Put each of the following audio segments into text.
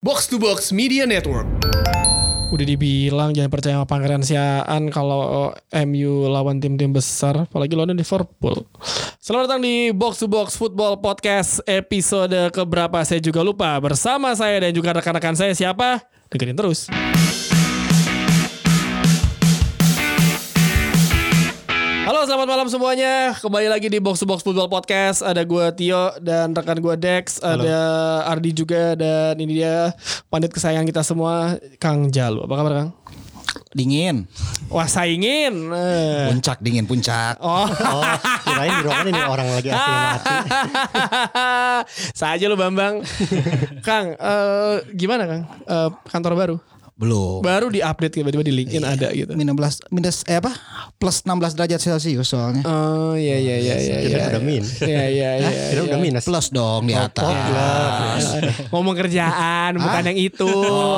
Box to Box Media Network. Udah dibilang jangan percaya sama Pangeran Siaan kalau MU lawan tim-tim besar, apalagi lawan Liverpool. Selamat datang di Box to Box Football Podcast episode keberapa saya juga lupa. Bersama saya dan juga rekan-rekan saya siapa? Dengerin terus. Halo, selamat malam semuanya. Kembali lagi di Box to Box Football Podcast. Ada gue Tio dan rekan gue Dex. Halo. Ada Ardi juga. Dan ini dia pandit kesayangan kita semua, Kang Jalu. Apa kabar, Kang? Dingin. Wah, saingin. Puncak dingin, puncak. Oh, kirain di ruangan ini orang lagi asli mati. Saja lu Bambang. Kang, gimana Kang? Kantor baru? Belum. Baru di-update tiba-tiba di LinkedIn ada gitu. Plus 16 derajat Celcius soalnya. Oh, iya. Kita udah min. Iya. Kita udah minus. Plus dong di atas. Ngomong kerjaan bukan yang itu.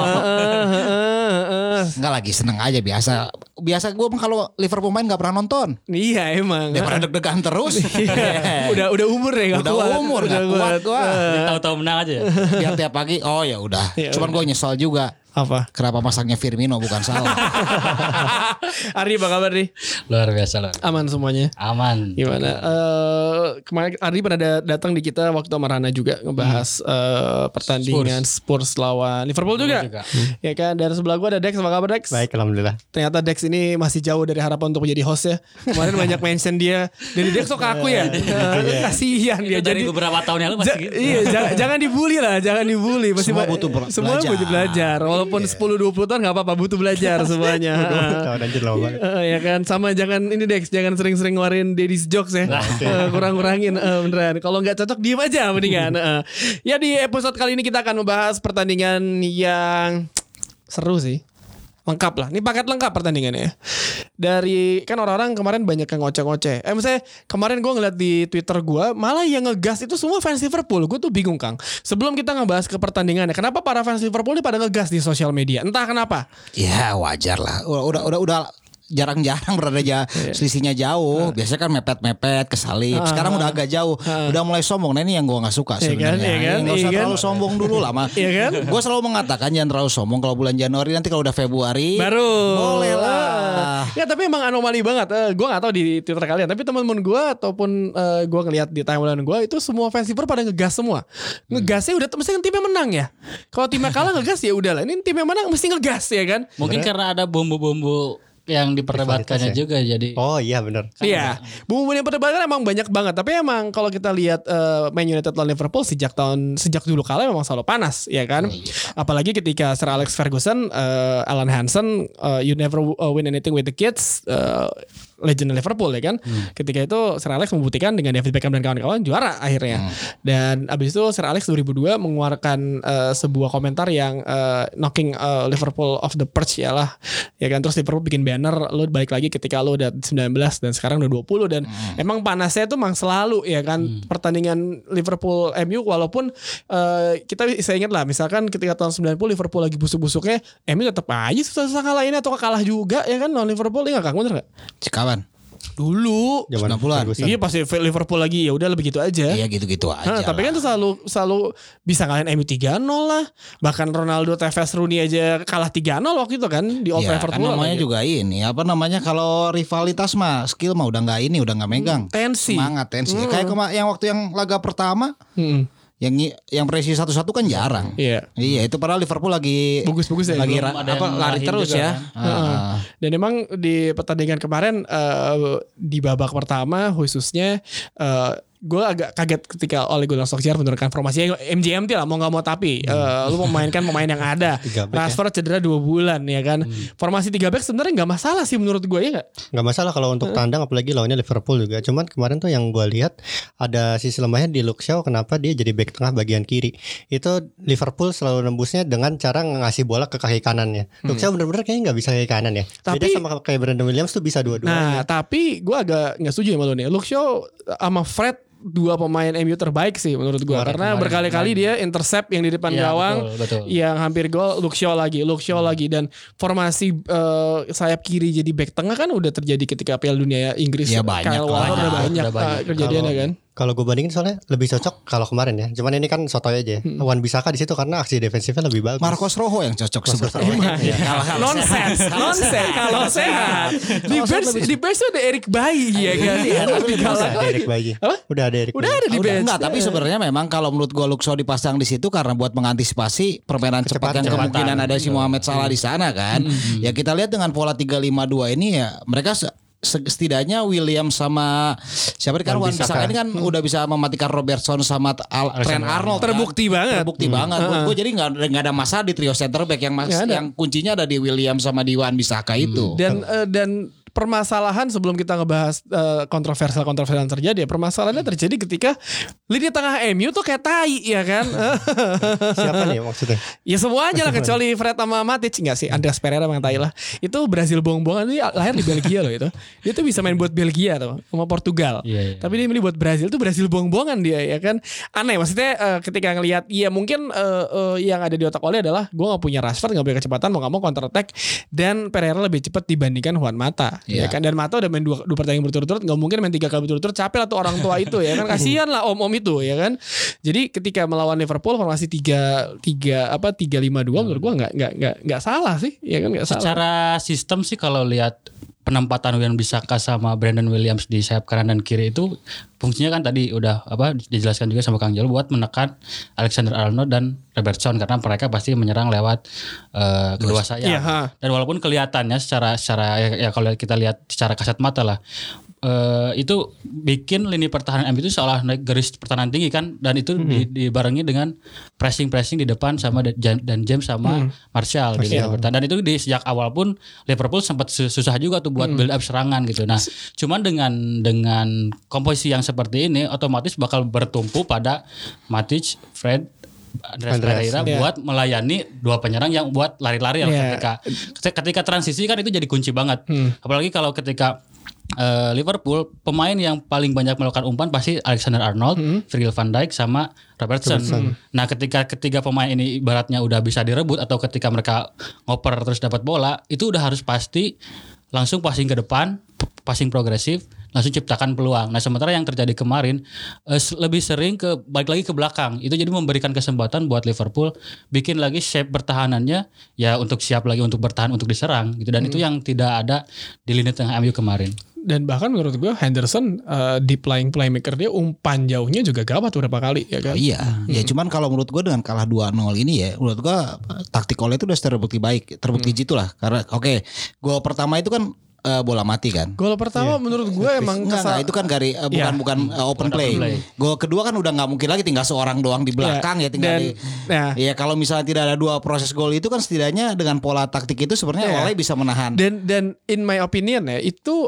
Enggak, lagi seneng aja biasa gue kalau Liverpool main enggak pernah nonton. Iya emang. Daripada deg-degan terus. udah umur ya enggak kuat. Udah umur enggak kuat gua. Tahu-tahu menang aja ya. Tiap pagi ya udah. Ya Cuman gue nyesal juga. Apa? Kenapa masangnya Firmino bukan Salah? Ardi apa kabar nih? Luar biasa loh. Aman semuanya? Aman. Gimana? Kemarin Ardi pernah datang di kita waktu sama Rana juga ngebahas pertandingan Spurs lawan Liverpool juga. Ya kan? Dan sebelah gue ada Dex. Apa kabar Dex? Baik, alhamdulillah. Ternyata Dex ini masih jauh dari harapan untuk menjadi host ya. Kemarin banyak mention dia. Dan Dex kok kaku ya? Kasihan dia. Jadi beberapa tahun yang lalu masih gitu. Iya, jangan dibully lah. Jangan dibully. Semua butuh belajar. Semua butuh belajar. Walaupun 10-20 tahun gak apa-apa, butuh belajar semuanya. Ya kan, sama jangan ini Dex, jangan sering-sering ngeluarin daddy's jokes ya. Kurang-kurangin beneran. Kalau nggak cocok diem aja mendingan. Ya di episode kali ini kita akan membahas pertandingan yang seru sih. Lengkap lah, ini paket lengkap pertandingannya ya. Dari kan orang-orang kemarin banyak yang ngoceh-ngoceh. Misalnya kemarin gue ngeliat di Twitter gue, malah yang ngegas itu semua fans Liverpool. Gue tuh bingung Kang. Sebelum kita ngebahas ke pertandingannya, kenapa para fans Liverpool ini pada ngegas di sosial media? Entah kenapa. Ya wajar lah. Udah jarang-jarang berada selisihnya jauh. Biasanya kan mepet-mepet kesalip. Sekarang udah agak jauh. Udah mulai sombong. Nah ini yang gue gak suka sebenarnya. Gak usah terlalu sombong dulu lah. Gue selalu mengatakan jangan terlalu sombong. Kalau bulan Januari, nanti kalau udah Februari baru boleh lah. Ya tapi emang anomali banget. Gue gak tahu di Twitter kalian, tapi teman-teman gue ataupun gue ngeliat di timeline gue, itu semua fans Liverpool pada ngegas semua. Ngegasnya udah mesti timnya menang ya. Kalau timnya kalah ngegas ya udah lah. Ini timnya menang mesti ngegas ya kan. Mungkin karena ada bumbu-bumbu yang diperdebatkannya juga jadi. Oh iya benar. Iya, bumbu yang diperdebatkan emang banyak banget. Tapi emang kalau kita lihat Man United lawan Liverpool sejak dulu kala memang selalu panas, ya kan. Apalagi ketika Sir Alex Ferguson, Alan Hansen, you never win anything with the kids, legend Liverpool ya kan. Ketika itu Sir Alex membuktikan dengan David Beckham dan kawan-kawan juara akhirnya. Dan abis itu Sir Alex 2002 mengeluarkan sebuah komentar yang knocking Liverpool off the perch ya lah, ya kan. Terus Liverpool bikin banner, lo balik lagi ketika lo udah 19 dan sekarang udah 20 dan emang panasnya tuh emang selalu ya kan pertandingan Liverpool MU. Walaupun saya ingat lah misalkan ketika tahun 90 Liverpool lagi busuk-busuknya, MU tetap aja susah-susah ngalahin atau kalah juga ya kan lawan Liverpool. Iya Kang, bener gak? Kapan? Dulu zaman 90-an. Iya pasti Liverpool lagi ya udah begitu aja. Iya gitu-gitu aja. Tapi kan tuh selalu bisa ngalahin MU 3-0 lah. Bahkan Ronaldo, Tevez, Rooney aja kalah 3-0 waktu itu kan di Old Trafford. Kan namanya juga ini kalau rivalitas mah skill mah udah nggak megang. Tensi. Semangat tensi. Kayak yang waktu yang laga pertama. Yang presisi 1-1 kan jarang. Iya itu padahal Liverpool lagi bagus-bagus ya. Lagi lari terus ya. Kan? Dan emang di pertandingan kemarin di babak pertama khususnya gue agak kaget ketika Ole Gunnar Solskjaer menurunkan formasinya MGMT lah, mau nggak mau tapi lu memainkan pemain yang ada. Rashford cedera 2 bulan ya kan. Formasi 3 back sebenarnya nggak masalah sih menurut gue ya nggak masalah kalau untuk tandang, apalagi lawannya Liverpool juga. Cuman kemarin tuh yang gue lihat ada sisi lemahnya di Luke Shaw. Kenapa dia jadi back tengah bagian kiri? Itu Liverpool selalu nembusnya dengan cara ngasih bola ke kaki kanannya. Luke Shaw bener-bener kayaknya nggak bisa kaki kanan ya. Beda sama kayak Brandon Williams tuh bisa dua-duanya. Nah tapi gue agak nggak setuju sama lu nih. Luke Shaw sama Fred dua pemain MU terbaik sih menurut gue, karena berkali-kali dia intercept yang di depan gawang, betul. Yang hampir gol. Luke Shaw lagi dan formasi sayap kiri jadi back tengah kan udah terjadi ketika Piala Dunia Inggris. Ya, banyak Kyle Walker udah banyak kejadiannya kan. Kalau gue bandingin soalnya lebih cocok kalau kemarin ya. Cuman ini kan sotoy aja. Wan-Bissaka di situ karena aksi defensifnya lebih bagus. Marcos Rojo yang cocok sebenarnya. Nonsense kalau sehat. Di base ada Eric Bailly ya kan. Lebih galak ada Eric Bailly. Udah ada Eric Bailly. Udah ada di base. Enggak, tapi sebenarnya memang kalau menurut gue Luxo dipasang di situ karena buat mengantisipasi permainan cepat yang kemungkinan ada si Mohamed Salah di sana kan. Ya kita lihat dengan pola 3-5-2 ini ya mereka setidaknya William sama siapa kan Wan-Bissaka ini kan udah bisa mematikan Robertson sama Trent Arnold. Terbukti banget. Terbukti banget. Buat gue jadi nggak ada masalah di trio center back yang kuncinya ada di William sama di Wan-Bissaka itu. Dan permasalahan sebelum kita ngebahas kontroversial yang terjadi ya, permasalahannya terjadi ketika lini tengah MU tuh kayak tai ya kan. Siapa nih maksudnya? Ya semua aja lah kecuali Fred sama Matic. Enggak sih, Andreas Pereira memang tai lah. Itu Brazil bohong-bohongan, ini lahir di Belgia loh itu. Dia tuh bisa main buat Belgia tuh sama Portugal. Tapi dia milih buat Brazil tuh Brazil bohong-bohongan dia ya kan. Aneh maksudnya ketika ngelihat ya mungkin yang ada di otak Ole adalah gue gak punya Rashford, gak punya kecepatan, mau gak mau counter attack, dan Pereira lebih cepat dibandingkan Juan Mata. Ya kan, dan Mata udah main dua pertandingan berturut-turut, nggak mungkin main 3 kali berturut-turut, capek lah tuh orang tua itu ya kan, kasihan lah om itu ya kan. Jadi ketika melawan Liverpool formasi 3-5-2 menurut gua nggak salah sih ya kan, nggak salah. Secara sistem sih kalau lihat penempatan Wan-Bissaka sama Brandon Williams di sayap kanan dan kiri itu fungsinya kan tadi udah dijelaskan juga sama Kang Jol buat menekan Alexander Arnold dan Robertson karena mereka pasti menyerang lewat kedua sayap. Dan walaupun kelihatannya secara ya kalau kita lihat secara kasat mata lah itu bikin lini pertahanan MU itu seolah naik garis pertahanan tinggi kan, dan itu dibarengi dengan pressing di depan sama dan James sama Martial di lini pertahanan. Dan itu sejak awal pun Liverpool sempat susah juga tuh buat build up serangan gitu. Nah, cuman dengan komposisi yang seperti ini otomatis bakal bertumpu pada Matic, Fred, Andreas Pereira buat melayani dua penyerang yang buat lari-lari ketika transisi kan itu jadi kunci banget. Apalagi kalau ketika Liverpool pemain yang paling banyak melakukan umpan pasti Alexander Arnold, Virgil van Dijk sama Robertson. Nah, ketika ketiga pemain ini ibaratnya udah bisa direbut atau ketika mereka ngoper terus dapat bola, itu udah harus pasti langsung passing ke depan, passing progresif, langsung ciptakan peluang. Nah, sementara yang terjadi kemarin lebih sering balik lagi ke belakang. Itu jadi memberikan kesempatan buat Liverpool bikin lagi shape pertahanannya ya untuk siap lagi untuk bertahan untuk diserang gitu. Dan itu yang tidak ada di lini tengah MU kemarin. Dan bahkan menurut gue Henderson deep lying playmaker dia umpan jauhnya juga gawat beberapa kali ya kan. Iya. Ya cuman kalau menurut gue dengan kalah 2-0 ini ya menurut gue taktik Ole itu udah terbukti baik, terbukti jitu lah. Karena gol pertama itu kan bola mati kan. Gol pertama menurut gue emang itu kan bukan open play. Gol kedua kan udah nggak mungkin lagi tinggal seorang doang di belakang ya kalau misalnya tidak ada dua proses gol itu kan setidaknya dengan pola taktik itu sebenarnya Ole bisa menahan. Dan in my opinion ya itu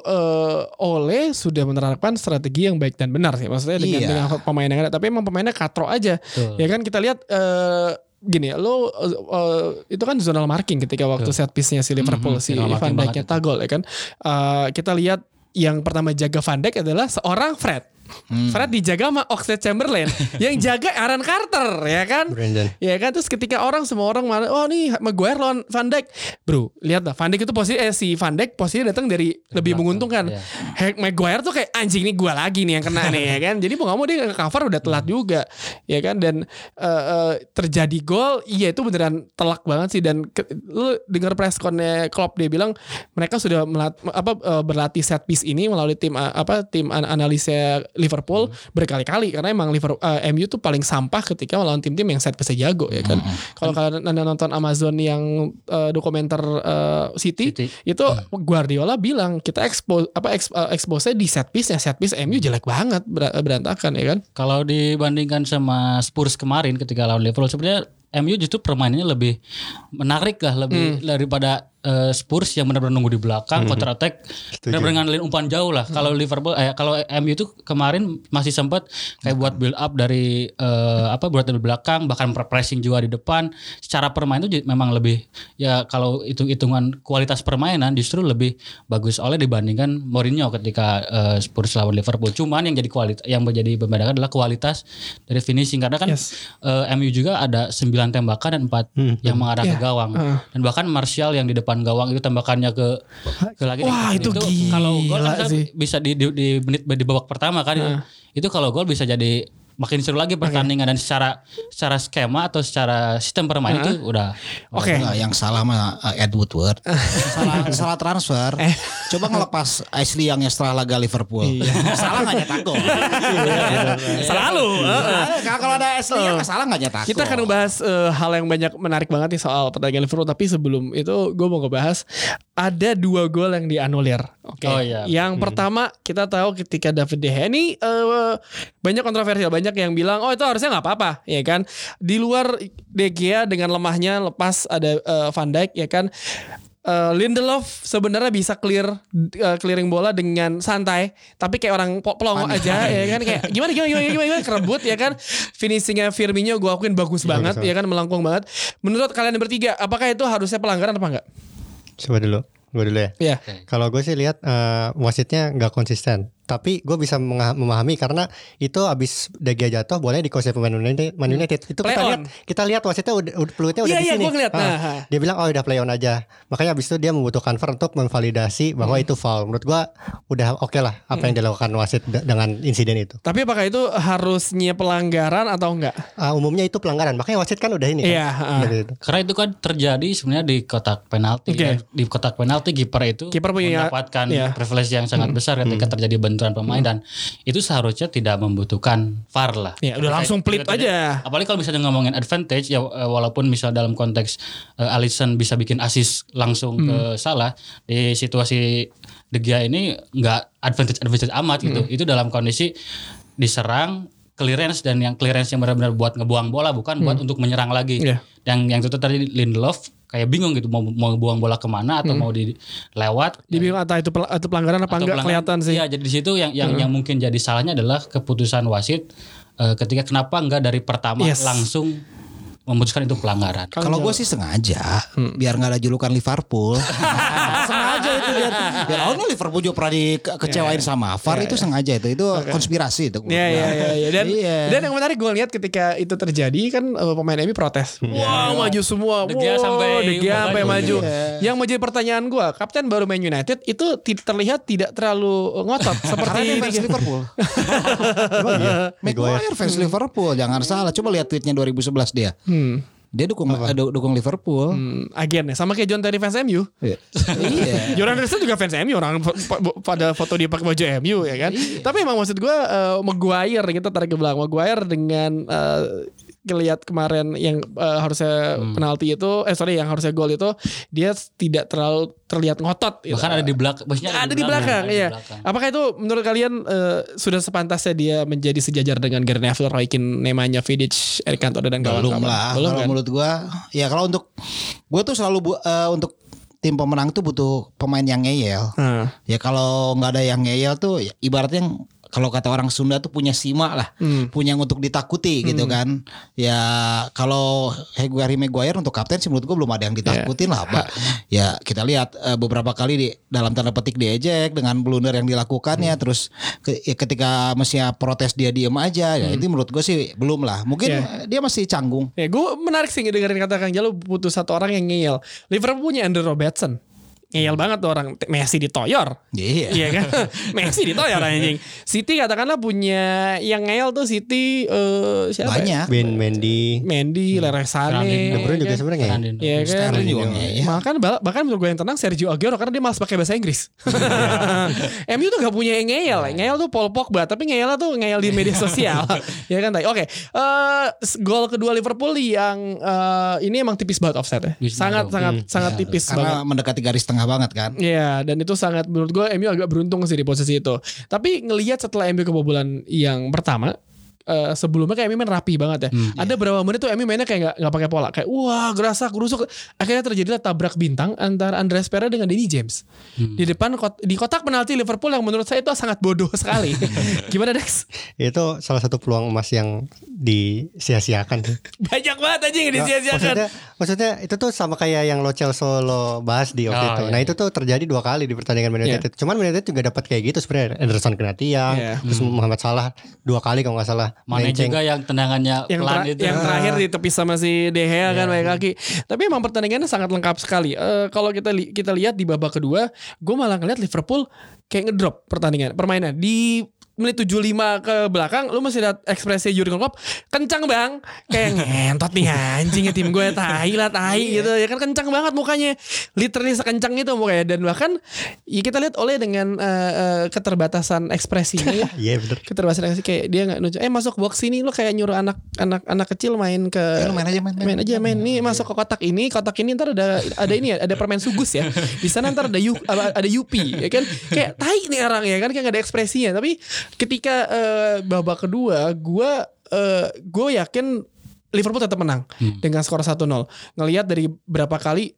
Ole sudah menerapkan strategi yang baik dan benar sih. Maksudnya dengan pemain yang ada, tapi emang pemainnya katro aja. Ya kan kita lihat gini, itu kan zonal marking ketika waktu set piece-nya si Liverpool si Van Dijk nyetak gol ya kan. Kita lihat yang pertama jaga Van Dijk adalah seorang Fred. Fred dijaga sama Oxlade-Chamberlain yang jaga Aaron Carter ya kan. Brandon. Ya kan, terus ketika semua orang oh nih Maguire lawan Van Dijk. Bro, lihat lah Van Dijk itu si Van Dijk posisinya datang dari lebih menguntungkan. Maguire tuh kayak anjing nih gua lagi nih yang kena nih ya kan. Jadi mau enggak mau dia cover udah telat juga ya kan, dan terjadi gol. Iya itu beneran telak banget sih. Dan lu dengar press con-nya Klopp, dia bilang mereka sudah berlatih set piece ini melalui tim analisa Liverpool berkali-kali karena emang MU tuh paling sampah ketika melawan tim-tim yang set piece jago ya kan. Kalau kalian nonton Amazon yang dokumenter City itu Guardiola bilang kita expose di set piece MU jelek banget, berantakan ya kan. Kalau dibandingkan sama Spurs kemarin ketika lawan Liverpool sebenarnya MU justru permainannya lebih menarik lah, lebih daripada Spurs yang benar-benar nunggu di belakang, counter attack, benar-benar ngandelin umpan jauh lah. Kalau Liverpool, kalau MU itu kemarin masih sempat kayak buat build up dari buat dari belakang, bahkan pressing juga di depan. Secara permainan itu memang lebih ya kalau hitungan kualitas permainan justru lebih bagus oleh dibandingkan Mourinho ketika Spurs lawan Liverpool. Cuman yang menjadi pembedakan adalah kualitas dari finishing, karena kan MU juga ada 9 tembakan dan 4 yang mengarah ke gawang. Dan bahkan Martial yang di depan gawang itu tembakannya ke lagi. Wah, itu gila kalau gol kan sih. bisa di menit di babak pertama kan itu kalau gol bisa jadi makin seru lagi pertandingan dan secara skema atau secara sistem permainan itu udah Enggak, yang salah mah Ed Woodward. salah transfer. Coba ngelepas Ashley Young setelah laga Liverpool. Salah enggak nyetak gol. Selalu. Kalau ada Ashley Young salah enggak nyetak gol. Kita akan membahas hal yang banyak menarik banget nih soal pertandingan Liverpool, tapi sebelum itu gue mau ngebahas ada 2 gol yang dianulir. Oke. Oh, iya. Yang pertama kita tahu ketika David De Gea ini banyak kontroversial, banyak yang bilang oh itu harusnya nggak apa-apa, ya kan. Di luar De Gea dengan lemahnya lepas ada Van Dijk, ya kan. Lindelof sebenarnya bisa clearing bola dengan santai, tapi kayak orang pelongo aja, ya kan, kayak gimana kerebut, ya kan. Finishingnya Firmino gue akuin bagus banget, ya kan, melengkung banget. Menurut kalian bertiga, apakah itu harusnya pelanggaran apa enggak? Coba dulu. Gue dulu ya. Iya. Kalau gue sih lihat wasitnya nggak konsisten. Tapi gue bisa memahami karena itu abis De Gea jatuh boleh dikosip pemain United. Itu kita lihat wasitnya peluitnya udah di sini. Gue ngeliat. Dia bilang oh udah play on aja. Makanya abis itu dia membutuhkan VAR untuk memvalidasi bahwa itu foul. Menurut gue udah oke lah apa yang dilakukan wasit dengan insiden itu. Tapi apakah itu harusnya pelanggaran atau enggak? Umumnya itu pelanggaran. Makanya wasit kan udah ini. Iya. Gitu. Karena itu kan terjadi sebenarnya di kotak penalti. Okay. Di kotak penalti kiper punya mendapatkan privilege yang sangat besar ketika terjadi benturan pemain dan itu seharusnya tidak membutuhkan VAR lah. Ya, udah langsung pelit aja. Apalagi kalau misalnya ngomongin advantage ya, walaupun misal dalam konteks Alisson bisa bikin assist langsung ke Salah, di situasi De Gea ini nggak advantage amat gitu. Itu dalam kondisi diserang clearance dan yang clearance yang benar-benar buat ngebuang bola bukan buat untuk menyerang lagi. Yang itu tadi Lindelof kayak bingung gitu mau buang bola kemana atau mau dilewat. Dia bingung entah itu pelanggaran apa enggak, kelihatan sih. Iya, jadi di situ yang mungkin jadi salahnya adalah keputusan wasit ketika kenapa enggak dari pertama langsung memutuskan itu pelanggaran. Kalau gue sih sengaja biar nggak ada julukan Liverpool. Sengaja itu biar ini Liverpool juga pernah dikecewain sama VAR itu sengaja itu konspirasi itu. Dan yang menarik gue lihat ketika itu terjadi kan pemain MU protes. Wow, maju semua. De Gea sampai maju. Yang menjadi pertanyaan gue, kapten baru main United itu terlihat tidak terlalu ngotot seperti fans Liverpool. Maguire fans Liverpool, jangan salah. Coba lihat tweetnya 2011 dia. Dia dukung Liverpool. Agennya sama kayak John Terry fans MU. Iya. Jordan Henderson juga fans MU, orang pada foto dia pakai baju MU, ya kan. Tapi emang maksud gue Maguire, kita tarik ke belakang, Maguire dengan ngelihat kemarin yang harusnya penalti itu yang harusnya gol itu dia tidak terlalu terlihat ngotot gitu. Bahkan ada di belakang, ada di belakang, iya. Apakah itu menurut kalian sudah sepantasnya dia menjadi sejajar dengan Gary Neville, Roy Keane, Nemanja Vidic, Eric Cantona dan kawan-kawan? Belum lah. Kalau kan? menurut gue ya kalau untuk gue tuh selalu untuk tim pemenang tuh butuh pemain yang ngeyel. Ya kalau nggak ada yang ngeyel tuh ya, ibaratnya kalau kata orang Sunda tuh punya simak lah, punya yang untuk ditakuti gitu kan. Ya kalau Harry Maguire untuk kapten sih menurut gue belum ada yang ditakutin lah, Pak. Ya kita lihat beberapa kali di dalam tanda petik diejek dengan blunder yang dilakukannya, terus ketika mestinya protes dia diem aja. Ya itu menurut gue sih belum lah. Mungkin dia masih canggung. Ya gue menarik sih dengerin kata Kang Jalu butuh satu orang yang ngeyel. Liverpool punya Andrew Robertson. Ngeyel banget tuh orang. Messi ditoyor. Iya kan. Messi ditoyor anjing. City katakanlah punya yang ngeyel tuh City siapa? Banyak. Ben Mendy, Leroy Sané. De Bruyne juga sebenarnya ngeyel. Iya kan. Sterling juga ngeyel. Bahkan menurut gue yang tenang Sergio Aguero karena dia malas pakai bahasa Inggris. MU tuh gak punya yang ngeyel. Ngeyel tuh Paul Pogba, tapi ngeyelnya tuh ngeyel di media sosial. Ya kan. Oke. Gol kedua Liverpool yang ini emang tipis banget offset ya. Sangat tipis banget. Karena mendekati garis tengah banget kan. Iya, dan itu sangat menurut gue MU agak beruntung sih di posisi itu. Tapi ngelihat setelah MU kebobolan yang pertama, sebelumnya kayak MU main rapi banget ya. Ada berapa menit tuh MU mainnya kayak nggak pakai pola, kayak wah gerasak gerusuk. Akhirnya terjadilah tabrak bintang antara Andreas Pereira dengan Danny James di depan di kotak penalti Liverpool yang menurut saya itu sangat bodoh sekali. Gimana Dex? Itu salah satu peluang emas yang disia-siakan. Banyak banget aja yang disia-siakan. Maksudnya itu tuh sama kayak yang Lo Celso lo bahas di waktu itu. Nah itu tuh terjadi 2 kali di pertandingan Man United. Cuman Man United juga dapat kayak gitu sebenarnya. Anderson kena tiang, terus Muhammad Salah 2 kali kalau nggak salah. Mane juga yang tendangannya pelan itu. Yang terakhir ditepis sama si De Gea kan pakai kaki. Tapi emang pertandingannya sangat lengkap sekali. Kalau kita lihat di babak kedua, gue malah ngeliat Liverpool kayak ngedrop permainan. Di menit 75 ke belakang lu masih lihat ekspresi Jurgen Klopp kencang bang, kayak ngentot nih anjing tim gue tai gitu ya kan, kencang banget mukanya, literally sekencang itu mukanya. Dan bahkan ya kita lihat Ole dengan keterbatasan ekspresinya ya. Iya benar. Keterbatasan ekspresi kayak dia nggak nunjuk masuk box sini, lu kayak nyuruh anak kecil main ke main aja nih masuk ke kotak ini ntar ada ini ya, ada permen sugus ya di sana, ntar ada Yupi ya kan, kayak tai nih orang ya kan, kayak nggak ada ekspresinya. Tapi ketika babak kedua gue yakin Liverpool tetap menang dengan skor 1-0. Ngelihat dari berapa kali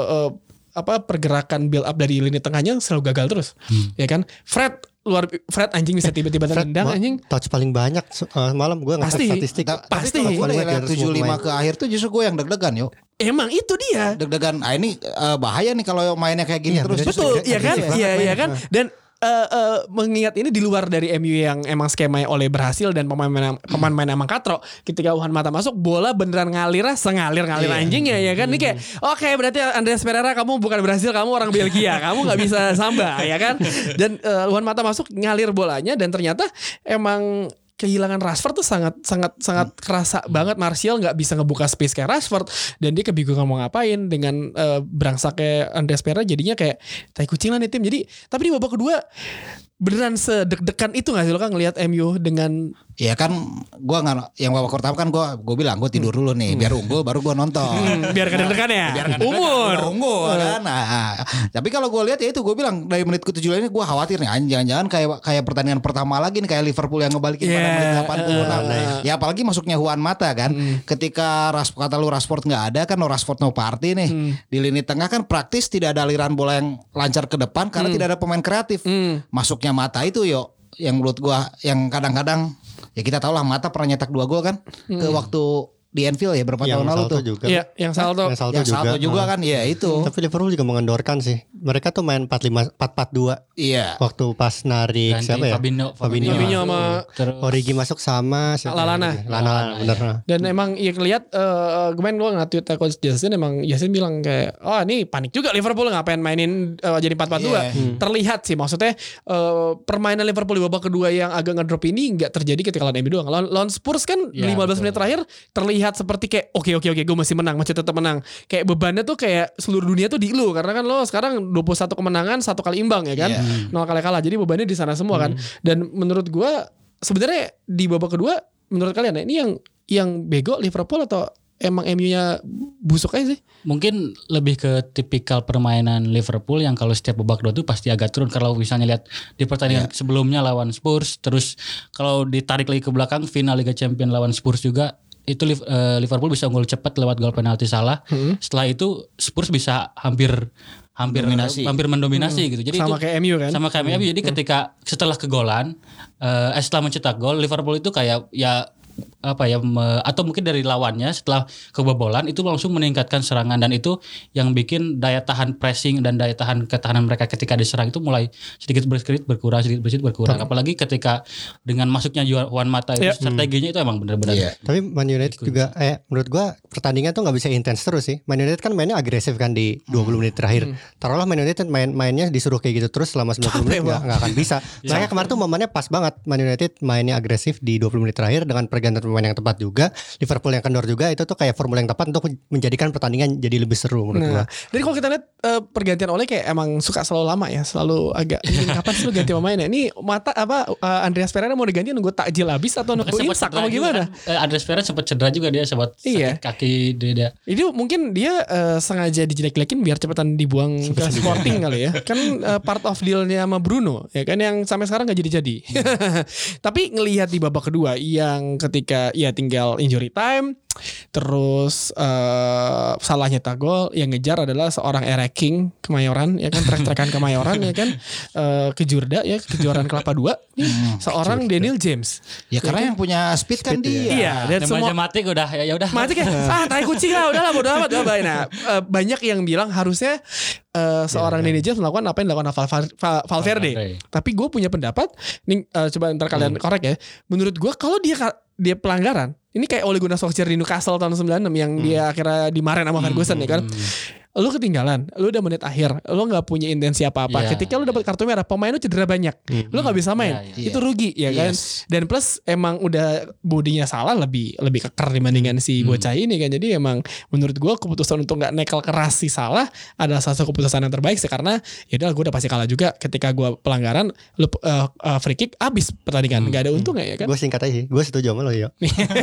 pergerakan build up dari lini tengahnya selalu gagal terus. Ya kan? Fred anjing bisa tiba-tiba tendang anjing. Touch paling banyak malam gue ngeliat statistik. Pasti. Gue lihat 75 ke akhir tuh justru gue yang deg-degan yuk. Emang itu dia. Deg-degan. Ini bahaya nih kalau mainnya kayak gini terus. Betul, iya kan? Iya kan? Dan mengingat ini di luar dari MU yang emang skemanya oleh berhasil dan pemain emang katro, ketika Juan Mata masuk bola beneran ngalir anjingnya ya kan. Ini kayak oke, berarti Andreas Pereira kamu bukan Brasil, kamu orang Belgia, kamu nggak bisa samba ya kan. Dan Juan Mata masuk ngalir bolanya, dan ternyata emang kehilangan Rashford tuh sangat kerasa banget. Martial nggak bisa ngebuka space kayak Rashford, dan dia kebingungan mau ngapain dengan berangsaknya Andreas Pereira, jadinya kayak tai kucing lah nih tim. Jadi tapi di babak kedua beneran sedeg-degan itu nggak sih lo kan ngelihat MU dengan ya kan. Gue nggak, yang babak pertama kan gue bilang gue tidur dulu nih biar unggul baru gue nonton. Biar deg-degan ya. Unggul kan. Nah, tapi kalau gue lihat ya itu gue bilang dari menit ke-7 ini gue khawatir nih jangan-jangan kayak pertandingan pertama lagi nih, kayak Liverpool yang ngebalikin pada menit 86. Ya apalagi masuknya Juan Mata kan. Ketika kata lu Rashford nggak ada kan, Rashford no party nih. Di lini tengah kan praktis tidak ada aliran bola yang lancar ke depan karena tidak ada pemain kreatif. Masuknya Mata itu yang menurut gua yang kadang-kadang ya kita tahu lah, Mata pernah nyetak 2 gol kan ke waktu di Anfield ya berapa tahun lalu tuh. Iya, yang salto juga kan. Iya itu. Tapi Liverpool juga mengendorkan sih. Mereka tuh main 4-4-2. Iya. Waktu pas narik ganti siapa ya? Fabinho sama Origi masuk sama Lallana bener. Dan emang ya lihat kemarin gue nge-tweet Coach Justin, emang Justin bilang kayak ini panik juga Liverpool ngapain mainin jadi 4-4-2. Terlihat sih maksudnya permainan Liverpool di babak kedua yang agak ngedrop ini nggak terjadi ketika lawan MU doang. Lawan Spurs kan 15 menit terakhir terlihat seperti kayak oke gue masih tetap menang. Kayak bebannya tuh kayak seluruh dunia tuh di lu, karena kan lo sekarang 21 kemenangan 1 kali imbang ya kan. 0 kali kalah. Jadi bebannya di sana semua kan. Dan menurut gue sebenarnya di babak kedua, menurut kalian ini yang bego Liverpool atau emang MU-nya busuk aja sih? Mungkin lebih ke tipikal permainan Liverpool yang kalau setiap babak kedua tuh pasti agak turun. Kalau misalnya lihat di pertandingan sebelumnya lawan Spurs, terus kalau ditarik lagi ke belakang final Liga Champions lawan Spurs juga, itu Liverpool bisa unggul cepat lewat gol penalti Salah. Setelah itu Spurs bisa hampir mendominasi gitu. Jadi sama itu kayak MU kan? Sama kayak MU. Jadi ketika setelah kegolan, setelah mencetak gol, Liverpool itu kayak atau mungkin dari lawannya setelah kebobolan itu langsung meningkatkan serangan, dan itu yang bikin daya tahan pressing dan daya tahan ketahanan mereka ketika diserang itu mulai sedikit berkurang. Apalagi ketika dengan masuknya Juan Mata itu strateginya itu emang benar-benar. Tapi Man United juga menurut gua pertandingan tuh nggak bisa intens terus sih. Man United kan mainnya agresif kan di 20 menit terakhir. Taruhlah Man United mainnya disuruh kayak gitu terus selama 90 menit nggak akan bisa. Makanya kemarin tuh momennya pas banget, Man United mainnya agresif di 20 menit terakhir dengan pergantian pemain yang tepat juga, Liverpool yang kendor juga, itu tuh kayak formula yang tepat untuk menjadikan pertandingan jadi lebih seru menurut gua. Jadi kalau kita lihat pergantian Ole kayak emang suka selalu lama ya, selalu agak kapan sih lu ganti pemainnya? Ini Mata Andreas Pereira mau diganti nunggu takjil habis atau nunggu imsak atau gimana? Andreas Pereira sempat cedera juga, dia sempat sakit kaki dia. Itu mungkin dia sengaja dijelek-jelekin biar cepetan dibuang ke Sporting kali ya. Kan part of dealnya sama Bruno ya kan, yang sampai sekarang gak jadi-jadi. Tapi ngelihat di babak kedua yang ketika ya tinggal injury time, terus Salah nyetak gol, yang ngejar adalah seorang Eric King Kemayoran ya kan, trek-trekan Kemayoran ya kan, ke Jurda ya, kejuaraan Kelapa 2 seorang Daniel James ya karena yang punya speed kan dia. Iya, dan semua mati udah ya udah mati kan tai kucing lah, udahlah bodo amat. Nah, banyak yang bilang harusnya seorang Daniel James melakukan apa yang dilakukan Valverde. Tapi gue punya pendapat nih, coba ntar kalian korek ya. Menurut gue kalau dia pelanggaran, ini kayak Ole Gunnar Solskjaer di Newcastle tahun 96 yang dia akhirnya dimarahin sama Ferguson ya kan. lu ketinggalan, lu udah menit akhir, lu nggak punya intensi apa-apa. Ketika lu dapat kartu merah, pemain lu cedera banyak, lu nggak bisa main, itu rugi ya kan. Dan plus emang udah bodinya salah lebih keker dibandingkan si bocah ini kan. Jadi emang menurut gue keputusan untuk nggak nekel keras si Salah adalah salah satu keputusan yang terbaik sih, karena ya udah gue udah pasti kalah juga ketika gue pelanggaran, lu free kick abis pertandingan, nggak ada untungnya ya kan. Gue singkat aja sih, gue setuju sama lo ya.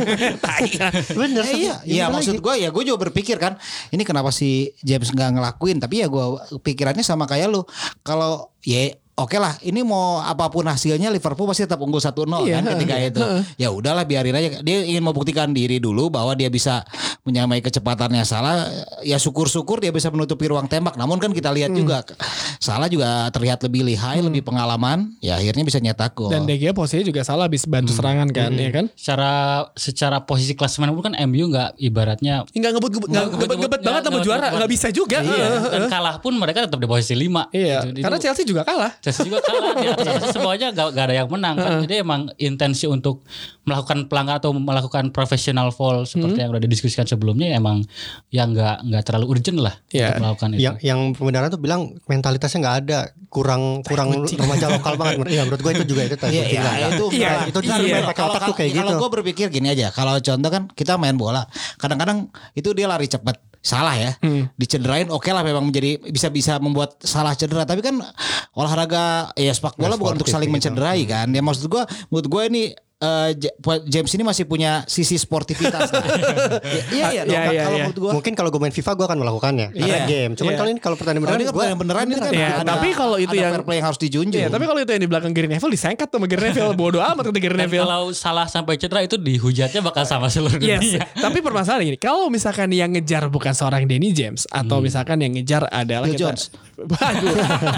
Bener iya maksud gue ya, gue juga berpikir kan, ini kenapa si James nggak ngelakuin, tapi ya gue pikirannya sama kayak lu, kalau ya oke lah, ini mau apapun hasilnya Liverpool pasti tetap unggul 1-0 kan ketika itu. Ya udahlah, biarin aja. Dia ingin membuktikan diri dulu bahwa dia bisa menyamai kecepatannya Salah. Ya syukur-syukur dia bisa menutupi ruang tembak. Namun kan kita lihat juga Salah juga terlihat lebih lihai, lebih pengalaman. Ya akhirnya bisa nyetak gol. Dan De Gea posisinya juga Salah habis bantu serangan kan, ya kan? Secara posisi klasemen pun kan MU nggak ibaratnya nggak ngebet banget sama juara, nggak bisa juga. Dan kalah pun mereka tetap di posisi 5. Iya. Gitu. Karena Chelsea juga kalah. Chelsea juga kalah, di atas semuanya gak ada yang menang kan. Jadi emang intensi untuk melakukan pelanggaran atau melakukan professional foul seperti yang udah didiskusikan sebelumnya, emang yang nggak terlalu urgent lah untuk melakukan itu. Yang pembenaran tuh bilang mentalitasnya nggak ada, kurang remaja lokal banget. Iya, menurut gue itu juga itu tadi. Itu main pakai otak tuh kayak gitu. Kalau gue berpikir gini aja, kalau contoh kan kita main bola, kadang-kadang itu dia lari cepat. Salah ya, dicederain oke lah, memang bisa membuat Salah cedera, tapi kan olahraga ya sepak bola bukan untuk saling mencederai kan. Ya menurut gue ini James ini masih punya sisi sportivitas. Iya. Kalau menurut gue, mungkin kalau gue main FIFA gue akan melakukannya karena game. Cuman kalau ini kalau pertandingan beneran ini kan tapi kalau itu yang fair play yang harus dijunjung. Tapi kalau itu yang di belakang Gary Neville disengkat sama Gary Neville, bodoh amat kata Gary Neville. Kalau Salah sampai cedera itu dihujatnya bakal sama seluruh dunia. Tapi permasalahan ini, kalau misalkan yang ngejar bukan seorang Danny James atau misalkan yang ngejar adalah Jones. Waduh,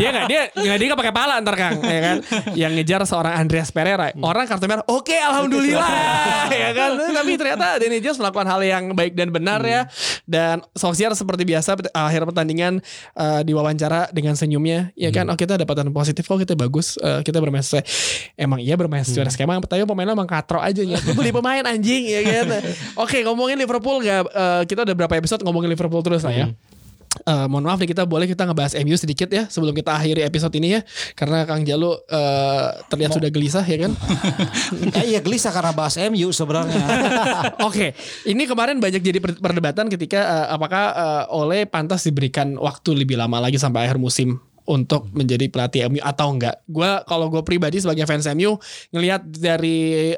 dia pakai pala ntar Kang, ya kan? Yang ngejar seorang Andreas Pereira, orang kartu merah. Oke, alhamdulillah, ya kan? Tapi ternyata Danny James melakukan hal yang baik dan benar ya. Dan Solskjaer seperti biasa akhir pertandingan diwawancara dengan senyumnya, ya kan? Oh, kita dapatan positif kok, kita bagus, kita bermain sesuai. Emang iya bermain sesuai skema, tapi pemainnya emang katro aja ya. Beli pemain anjing, ya kan? Oke, ngomongin Liverpool kita udah berapa episode ngomongin Liverpool terus lah ya. Mohon maaf nih, kita ngebahas MU sedikit ya sebelum kita akhiri episode ini ya, karena Kang Jalu terlihat sudah gelisah ya kan. Iya gelisah karena bahas MU sebenarnya. Oke, ini kemarin banyak jadi perdebatan ketika apakah Ole pantas diberikan waktu lebih lama lagi sampai akhir musim untuk menjadi pelatih MU atau enggak. Kalau gue pribadi sebagai fans MU ngelihat dari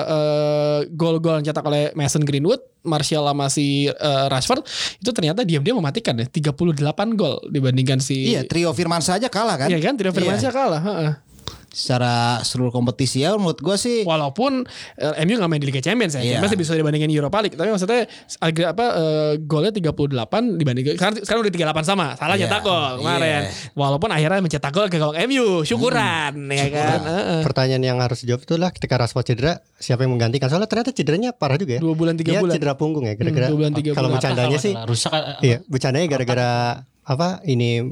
gol-gol yang cetak oleh Mason Greenwood, Martial sama si Rashford, itu ternyata diam-diam mematikan ya. 38 gol dibandingkan si trio Firmansyah aja kalah kan? Iya kan, trio Firmansyah kalah. Secara seluruh kompetisi ya menurut gue sih, walaupun MU gak main di Liga Champions ya, masih bisa dibandingin Europa League, tapi maksudnya golnya 38 dibandingin sekarang udah 38 sama Salah nyetak gol kemarin, walaupun akhirnya mencetak gol ke gawang MU, syukuran ya kan. Pertanyaan yang harus dijawab itulah ketika Rashford cedera siapa yang menggantikan, soalnya ternyata cederanya parah juga ya, 2 bulan 3 bulan cedera punggung ya kira-kira. 2 bulan 3 bulan. Kalau bercandanya sih rusak, bercandanya gara-gara ini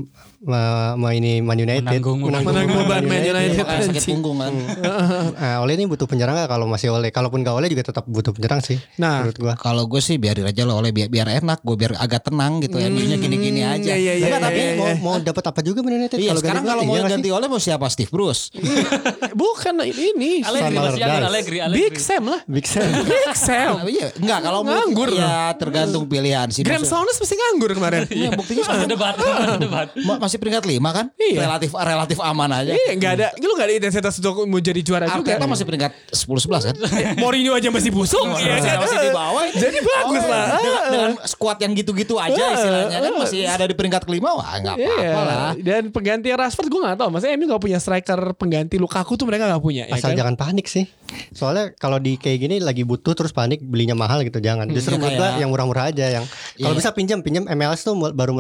Man United menanggung beban Man United, sakit punggung kan. Ole ini butuh penyerang gak? Kalau masih Ole, kalaupun gak Ole juga tetap butuh penyerang sih. Nah, menurut gua kalau gue sih biarin aja loh Ole, biar enak, gue biar agak tenang gitu. MU-nya gini-gini aja. Tapi mau dapat apa juga Man United? Iya, sekarang kalau mau ganti Ole mau siapa? Steve Bruce? Bukan ini Allegri. Big Sam lah. Big Sam. Iya, enggak, kalau nganggur ya tergantung pilihan sih. Graham Souness mesti nganggur kemarin. Iya, buktinya sama debat. Masih peringkat 5 kan? Iya. Relatif aman aja. Iya, lu gak ada intensitas untuk mau jadi juara juga. Arteta masih peringkat 10-11 kan? Mourinho aja masih busuk. Masih di bawah. Jadi bagus lah. Dengan skuad yang gitu-gitu aja istilahnya kan, masih ada di peringkat kelima, wah gak apa-apa lah. Dan pengganti Rashford gue gak tahu. Maksudnya MU gak punya striker pengganti Lukaku tuh, mereka gak punya. Asal jangan panik sih. Soalnya kalau di kayak gini lagi butuh terus panik belinya mahal gitu, jangan. Justru menurut gue yang murah-murah aja, yang kalau bisa pinjam MLS tuh baru mulai kompetisi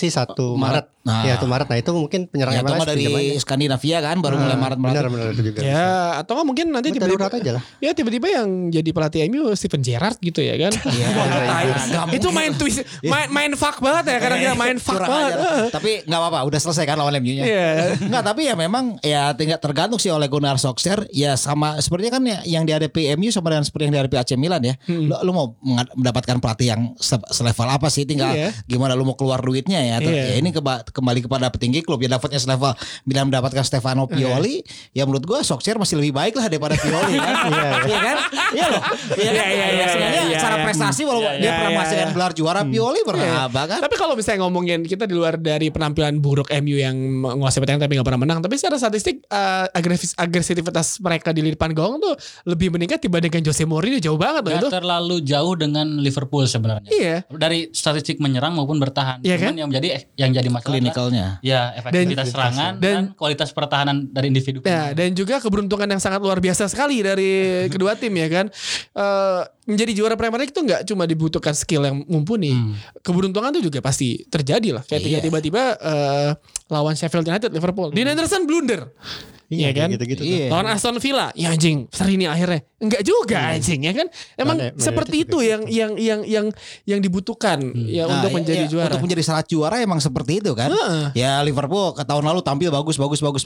sih 1 Maret. Ya 1 Maret. Nah itu mungkin penyerang ya, MLS dari Skandinavia kan baru mulai Maret. Benar itu juga. Ya atau nggak mungkin nanti tiba-tiba aja lah. Ya tiba-tiba yang jadi pelatih MU Steven Gerrard gitu ya kan. Itu main twist, main fuck banget ya kadang dia main fuck banget. Tapi nggak apa-apa, udah selesai kan lawan MU-nya. Nggak, tapi ya memang ya tinggal tergantung sih oleh Gunnar Solskjaer. Ya sama sepertinya kan yang dihadapi MU sama dengan seperti yang dihadapi AC Milan ya. Lu mau mendapatkan pelatih yang selevel apa sih? Tinggal gimana lu mau keluar duitnya ya. Ya ini kembali kepada petinggi klub ya, dapatnya selevel Milan mendapatkan Stefano Pioli. Ya menurut gua Solskjaer masih lebih baik lah daripada Pioli kan. Iya kan? Iya loh. Iya kan? Sebenarnya secara prestasi walaupun dia pernah menghasilkan gelar juara, Pioli pernah apa kan. Tapi kalau misalnya ngomongin kita di luar dari penampilan buruk MU yang menguasai pertandingan tapi gak pernah menang, tapi secara statistik agresivitas mereka di depan gawang tuh lebih meningkat dibandingkan Jose Mourinho, jauh banget loh itu. Terlalu jauh dengan Liverpool sebenarnya. Iya. Dari statistik menyerang maupun bertahan. Iya kan? Yang jadi masalah klinikalnya. Ya, efektivitas serangan dan kualitas pertahanan dari individu. Ya, dan juga keberuntungan yang sangat luar biasa sekali dari kedua tim ya kan. Menjadi juara Premier League itu nggak cuma dibutuhkan skill yang mumpuni. Keberuntungan itu juga pasti terjadi lah. Kayak tiba-tiba lawan Sheffield United, Liverpool. Dean Henderson blunder. Iya kan? Gitu-gitu. Iya. Lawan Aston Villa, ya anjing, seri ini akhirnya. Enggak juga anjing ya kan? Emang seperti itu yang dibutuhkan ya untuk menjadi juara. Untuk menjadi syarat juara emang seperti itu kan? Ya Liverpool ke tahun lalu tampil bagus.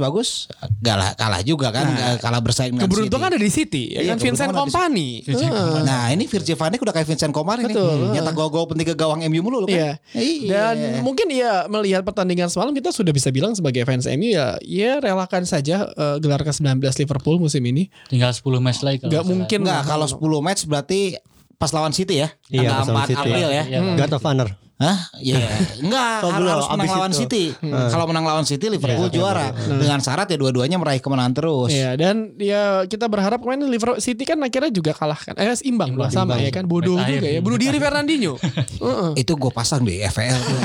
Kalah juga kan, kalah bersaing dengan keberuntungan City. ada di City, ya kan Vincent Kompany. Nah, ini Virgil van Dijk udah kayak Vincent Kompany nih. Nyata gol-gol penting ke gawang MU mulu kan. Dan mungkin ya melihat pertandingan semalam kita sudah bisa bilang sebagai fans MU ya relakan saja gelar ke-19 Liverpool musim ini. Tinggal 10 match lagi. Gak mungkin. Enggak, kalau 10 match berarti pas lawan City ya. Iya, tanggal 4 April ya. God of Honor. Hah? Iya. Enggak, harus menang lawan City. Kalau menang lawan City Liverpool juara. Dengan syarat ya dua-duanya meraih kemenangan terus. Iya, dan ya kita berharap kemarin Liverpool City kan akhirnya juga kalah kan. Imbang sama ya kan. Bodoh juga ya. Bunuh diri Fernandinho. Itu gue pasang di FPL tuh.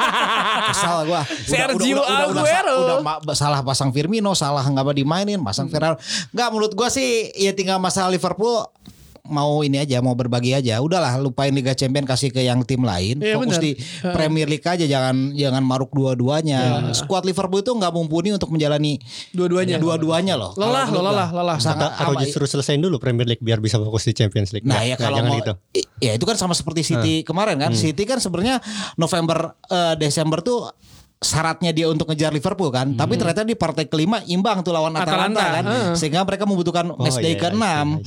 Kesal gue. Sergio Aguero. Udah salah pasang Firmino, salah enggak dimainin, pasang Ferrari. Enggak, menurut gue sih ya tinggal masalah Liverpool mau ini aja, mau berbagi aja. Udahlah, lupain Liga Champions, kasih ke yang tim lain. Fokus di Premier League aja, jangan maruk dua-duanya. Skuad Liverpool itu nggak mumpuni untuk menjalani dua-duanya loh. Lelah. Atau justru selesaiin dulu Premier League biar bisa fokus di Champions League. Nah, ya kalau mau gitu. Ya itu kan sama seperti City kemarin kan. City kan sebenarnya November Desember tuh syaratnya dia untuk ngejar Liverpool kan, tapi ternyata di partai kelima imbang tuh lawan Atalanta kan, sehingga mereka membutukan matchday ke-6.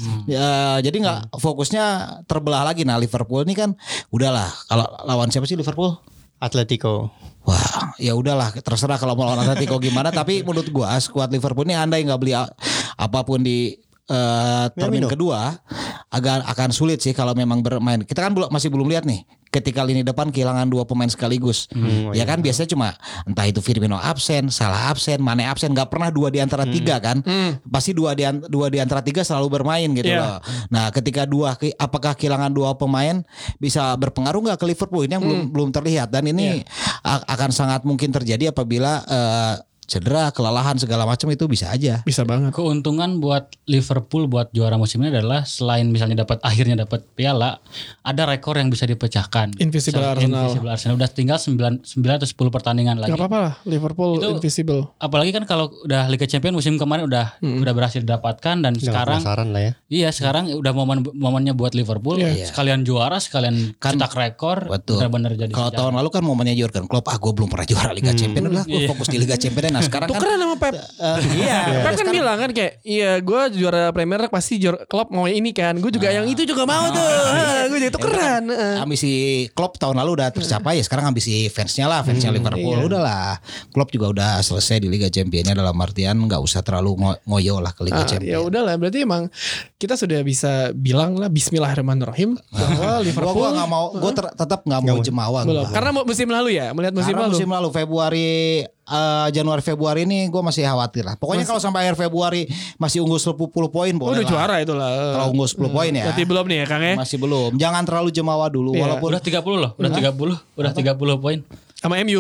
Ya, jadi nggak fokusnya terbelah lagi. Nah Liverpool ini kan udahlah, kalau lawan siapa sih Liverpool? Atletico. Wah, ya udahlah, terserah kalau mau lawan Atletico gimana. Tapi menurut gua skuad Liverpool ini andai nggak beli apapun di termin kedua akan sulit sih kalau memang bermain. Kita kan masih belum lihat nih ketika lini depan kehilangan 2 pemain sekaligus. Ya kan biasanya cuma entah itu Firmino absen, Salah absen, Mane absen, nggak pernah 2 di antara 3 kan. Pasti 2 di antara 3 selalu bermain gitu loh. Nah, ketika apakah kehilangan 2 pemain bisa berpengaruh nggak ke Liverpool? Ini yang belum terlihat, dan ini akan sangat mungkin terjadi apabila cedera, kelelahan segala macam itu bisa aja. Bisa banget. Keuntungan buat Liverpool buat juara musim ini adalah selain misalnya akhirnya dapat piala, ada rekor yang bisa dipecahkan. Invisible Arsenal. Udah tinggal 9 atau 10 pertandingan lagi. Gak apa-apa lah, Liverpool itu invisible. Apalagi kan kalau udah Liga Champions musim kemarin udah berhasil didapatkan, dan sekarang lah ya. Iya, sekarang udah momennya buat Liverpool sekalian juara, sekalian cetak rekor. Benar-benar jadi. Kalau tahun lalu kan momennya Jurgen Klopp, gue belum pernah juara Liga Champions, udah gue fokus di Liga Champions. Nah sekarang tukeran sama Pep. Pep kan bilang kan kayak, iya gue juara Premier League pasti Klopp mau ini kan. Gue juga yang itu juga mau tuh. Gue jadi tukeran. Ambisi Klopp tahun lalu udah tercapai ya. Sekarang ambisi fansnya Liverpool. Udahlah, Klopp juga udah selesai di Liga Champions, dalam artian nggak usah terlalu ngoyo lah ke Liga Champions. Ya udahlah, berarti emang kita sudah bisa bilang lah Bismillahirrahmanirrahim bahwa Liverpool. Gue nggak mau, gue tetap nggak mau jemawa. Karena musim lalu ya, melihat musim lalu Februari. Januari Februari ini gue masih khawatir lah. Pokoknya kalau sampai akhir Februari masih unggul 10 poin boleh udah lah. Juara itulah. Kalau unggul 10 poin ya. Berarti belum nih ya Kang ya. Masih belum. Jangan terlalu jemawa dulu walaupun udah 30 loh. Udah 30 poin. Sama MU.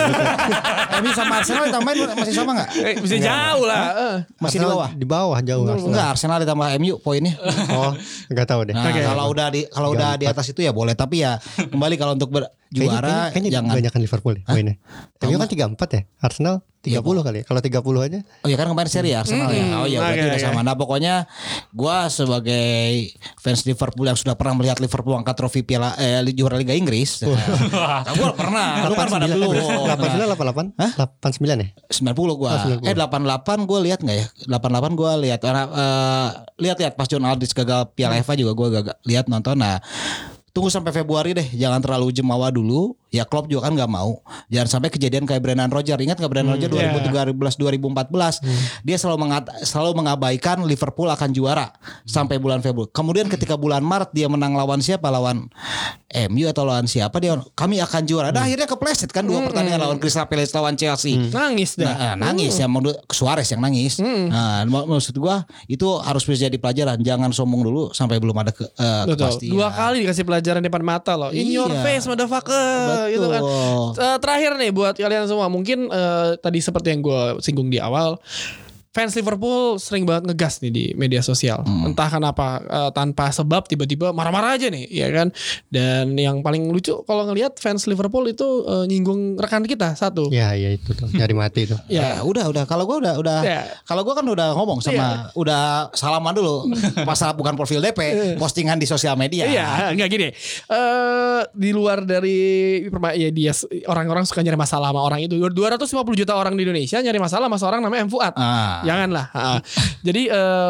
MU sama Arsenal ditambahin masih sama enggak? Bisa jauh lah. Masih di bawah. Di bawah jauh. Enggak, Arsenal ditambah MU poinnya. Oh, enggak tahu deh. Nah, kalau udah di atas itu ya boleh, tapi ya kembali kalau untuk juara kayaknya jangan banyakan Liverpool ya poinnya. MU kan 34 ya, Arsenal 30 kali ya. Kalau 30 aja. Oh ya kan kemarin seri Arsenal ya. Oh ya berarti udah sama. Nah pokoknya gua sebagai fans Liverpool yang sudah pernah melihat Liverpool angkat trofi Piala juara Liga Inggris. Nah, gua pernah. Lu kan pada belum. 89 88? Hah? 89 ya? 90 gua. 88 gua lihat enggak ya? 88 gua lihat lihat pas John Aldridge gagal Piala FA juga gua gagal lihat nonton. Nah, tunggu sampai Februari deh, jangan terlalu jemawa dulu. Ya Klopp juga kan nggak mau. Jangan sampai kejadian kayak Brendan Rodgers. Ingat nggak Brendan Rodgers 2013-2014 dia selalu mengabaikan Liverpool akan juara sampai bulan Februari. Kemudian ketika bulan Maret dia menang lawan siapa? Lawan MU atau lawan siapa? Dia kami akan juara. Nah akhirnya kepleset kan 2 pertandingan lawan Crystal Palace lawan Chelsea. Nangis dah. Nangis ya Suarez yang nangis. Nah maksud gua itu harus bisa jadi pelajaran. Jangan sombong dulu sampai belum ada kepastian. 2 kali dikasih pelajaran depan mata loh. In your face motherfucker. Gitu kan. Terakhir nih buat kalian semua, mungkin tadi seperti yang gue singgung di awal, fans Liverpool sering banget ngegas nih di media sosial. Entah kenapa tanpa sebab tiba-tiba marah-marah aja nih, ya kan. Dan yang paling lucu kalau ngelihat fans Liverpool itu nyinggung rekan kita satu. Ya itu tuh nyari mati tuh. Ya udah. Kalau gue udah. Kalau gue kan udah ngomong sama, udah salaman dulu. Masalah bukan profil DP, postingan di sosial media. Iya, enggak gini. Di luar dari ya dia orang-orang suka nyari masalah sama orang itu. 250 juta orang di Indonesia nyari masalah sama seorang namanya M Fuad. Janganlah. Jadi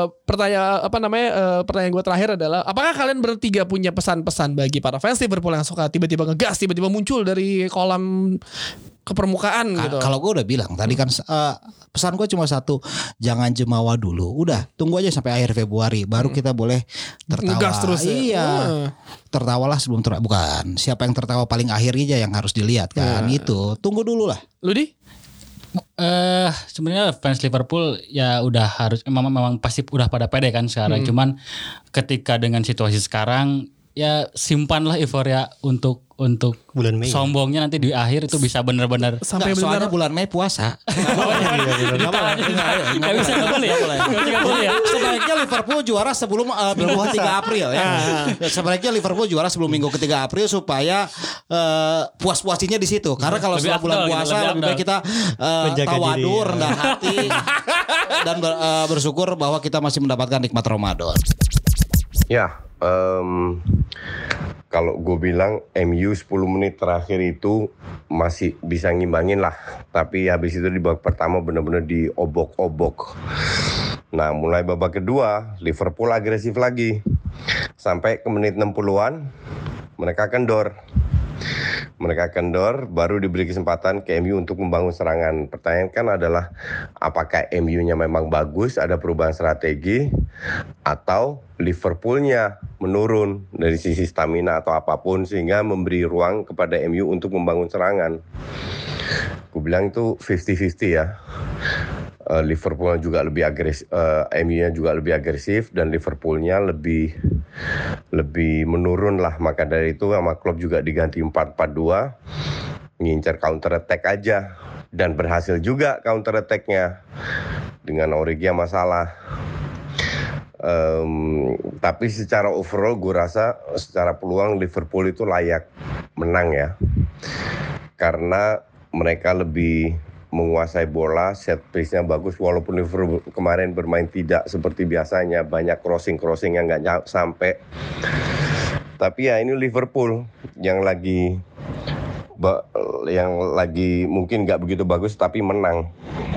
pertanyaan gue terakhir adalah, apakah kalian bertiga punya pesan-pesan bagi para fans Liverpool yang suka tiba-tiba ngegas, tiba-tiba muncul dari kolam ke permukaan gitu? Kalau gue udah bilang tadi kan pesan gue cuma satu, jangan jemawa dulu. Udah tunggu aja sampai akhir Februari baru kita boleh tertawa. Ngegas terus. Iya. Tertawalah sebelum bukan siapa yang tertawa paling akhir aja yang harus dilihat kan. Itu tunggu dulu lah. Lu di? Sebenarnya fans Liverpool ya udah harus memang pasti udah pada pede kan sekarang. Cuman ketika dengan situasi sekarang ya simpanlah euforia untuk bulan Mei. Sombongnya nanti di akhir itu bisa benar-benar sampai soalnya bulan Mei puasa. Enggak bisa, enggak boleh ya. Sebaiknya Liverpool juara sebelum 3 April ya. Sebaiknya Liverpool juara sebelum minggu ke-3 April supaya puas-puasinya di situ. Karena kalau setelah bulan puasa lebih baik kita tawadhu, rendah hati dan bersyukur bahwa kita masih mendapatkan nikmat Ramadan. Ya, kalau gue bilang MU 10 menit terakhir itu masih bisa ngimbangin lah. Tapi habis itu di babak pertama benar-benar diobok-obok. Nah mulai babak kedua Liverpool agresif lagi. Sampai ke menit 60-an mereka kendor. Baru diberi kesempatan ke MU untuk membangun serangan. Pertanyaan kan adalah apakah MU-nya memang bagus, ada perubahan strategi, atau Liverpool-nya menurun dari sisi stamina atau apapun sehingga memberi ruang kepada MU untuk membangun serangan. Gue bilang itu 50-50 ya. Liverpool juga lebih agresif, MU-nya juga lebih agresif dan Liverpool-nya lebih menurun lah. Maka dari itu sama Klopp juga diganti 4-4-2, ngincar counter attack aja dan berhasil juga counter attack-nya dengan Origi sama Salah. Tapi secara overall gue rasa secara peluang Liverpool itu layak menang ya, karena mereka lebih menguasai bola, set piece-nya bagus, walaupun Liverpool kemarin bermain tidak seperti biasanya, banyak crossing yang nggak sampai. Tapi ya ini Liverpool yang lagi mungkin nggak begitu bagus tapi menang.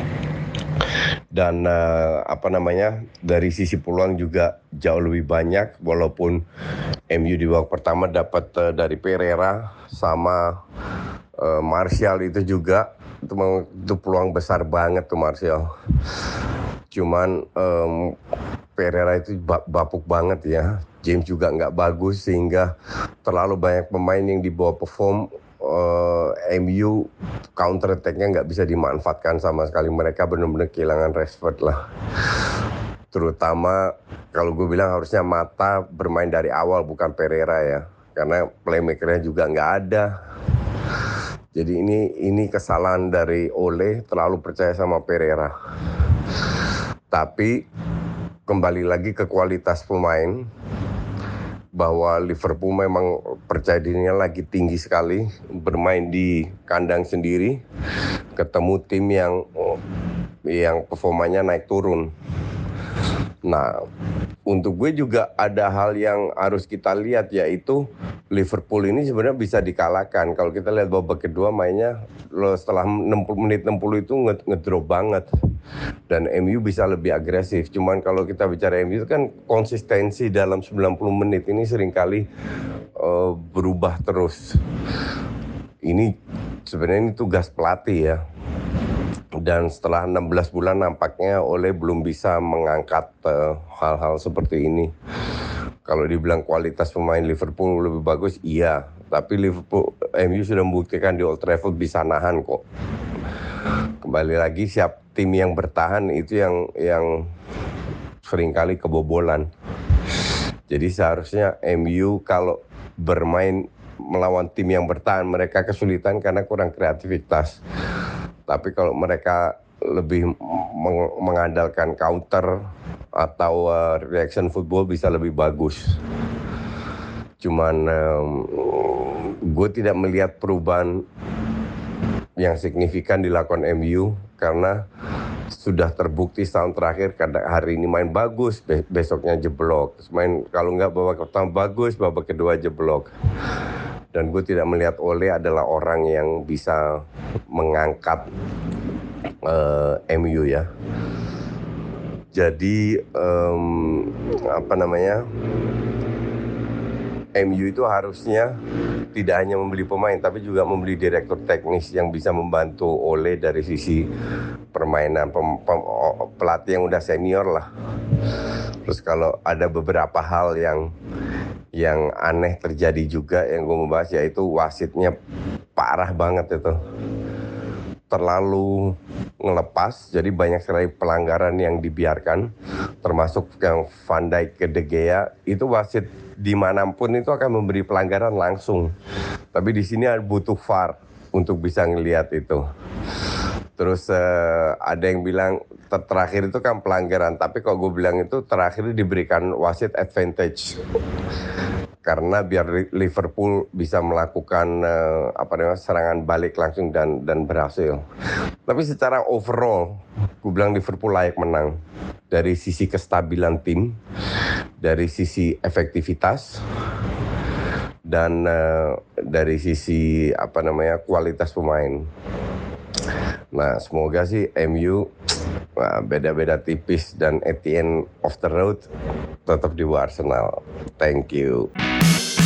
Dan dari sisi peluang juga jauh lebih banyak, walaupun MU di babak pertama dapat dari Pereira sama Martial itu juga itu peluang besar banget tuh Martial. Cuman Pereira itu bapuk banget ya. James juga nggak bagus sehingga terlalu banyak pemain yang dibawa perform. MU counter attack-nya nggak bisa dimanfaatkan sama sekali. Mereka benar-benar kehilangan Rashford lah. Terutama kalau gue bilang harusnya Mata bermain dari awal bukan Pereira ya, karena playmaker-nya juga nggak ada. Jadi ini kesalahan dari Ole, terlalu percaya sama Pereira. Tapi kembali lagi ke kualitas pemain, bahwa Liverpool memang percaya dirinya lagi tinggi sekali, bermain di kandang sendiri, ketemu tim yang performanya naik turun. Nah, untuk gue juga ada hal yang harus kita lihat, yaitu Liverpool ini sebenarnya bisa dikalahkan. Kalau kita lihat babak kedua mainnya, setelah menit 60 itu ngedrop banget. Dan MU bisa lebih agresif. Cuman kalau kita bicara MU kan konsistensi dalam 90 menit ini seringkali berubah terus. Ini sebenarnya tugas pelatih ya. Dan setelah 16 bulan nampaknya Ole belum bisa mengangkat hal-hal seperti ini. Kalau dibilang kualitas pemain Liverpool lebih bagus, iya. Tapi MU sudah membuktikan di Old Trafford bisa nahan kok. Kembali lagi tim yang bertahan itu yang seringkali kebobolan. Jadi seharusnya MU kalau bermain melawan tim yang bertahan, mereka kesulitan karena kurang kreativitas. Tapi kalau mereka lebih mengandalkan counter atau reaction football bisa lebih bagus. Cuman gue tidak melihat perubahan yang signifikan dilakukan MU karena sudah terbukti setahun terakhir, kadang hari ini main bagus, besoknya jeblok. Kalau nggak babak pertama bagus, babak kedua jeblok. Dan gue tidak melihat Ole adalah orang yang bisa mengangkat MU ya. Jadi MU itu harusnya tidak hanya membeli pemain, tapi juga membeli direktur teknis yang bisa membantu Ole dari sisi permainan, pelatih yang udah senior lah. Terus kalau ada beberapa hal yang aneh terjadi juga yang gue mau bahas, yaitu wasitnya parah banget itu. Terlalu ngelepas, jadi banyak sekali pelanggaran yang dibiarkan, termasuk yang Van Dijk ke De Gea. Itu wasit dimanapun itu akan memberi pelanggaran langsung. Tapi di sini butuh VAR untuk bisa ngelihat itu. Terus ada yang bilang terakhir itu kan pelanggaran, tapi kalau gue bilang itu terakhir diberikan wasit advantage. Karena biar Liverpool bisa melakukan serangan balik langsung dan berhasil. Tapi secara overall, gue bilang Liverpool layak menang. Dari sisi kestabilan tim, dari sisi efektivitas, dan dari sisi kualitas pemain. Nah, semoga sih MU beda-beda tipis dan at the end of the road tetap di Arsenal. Thank you.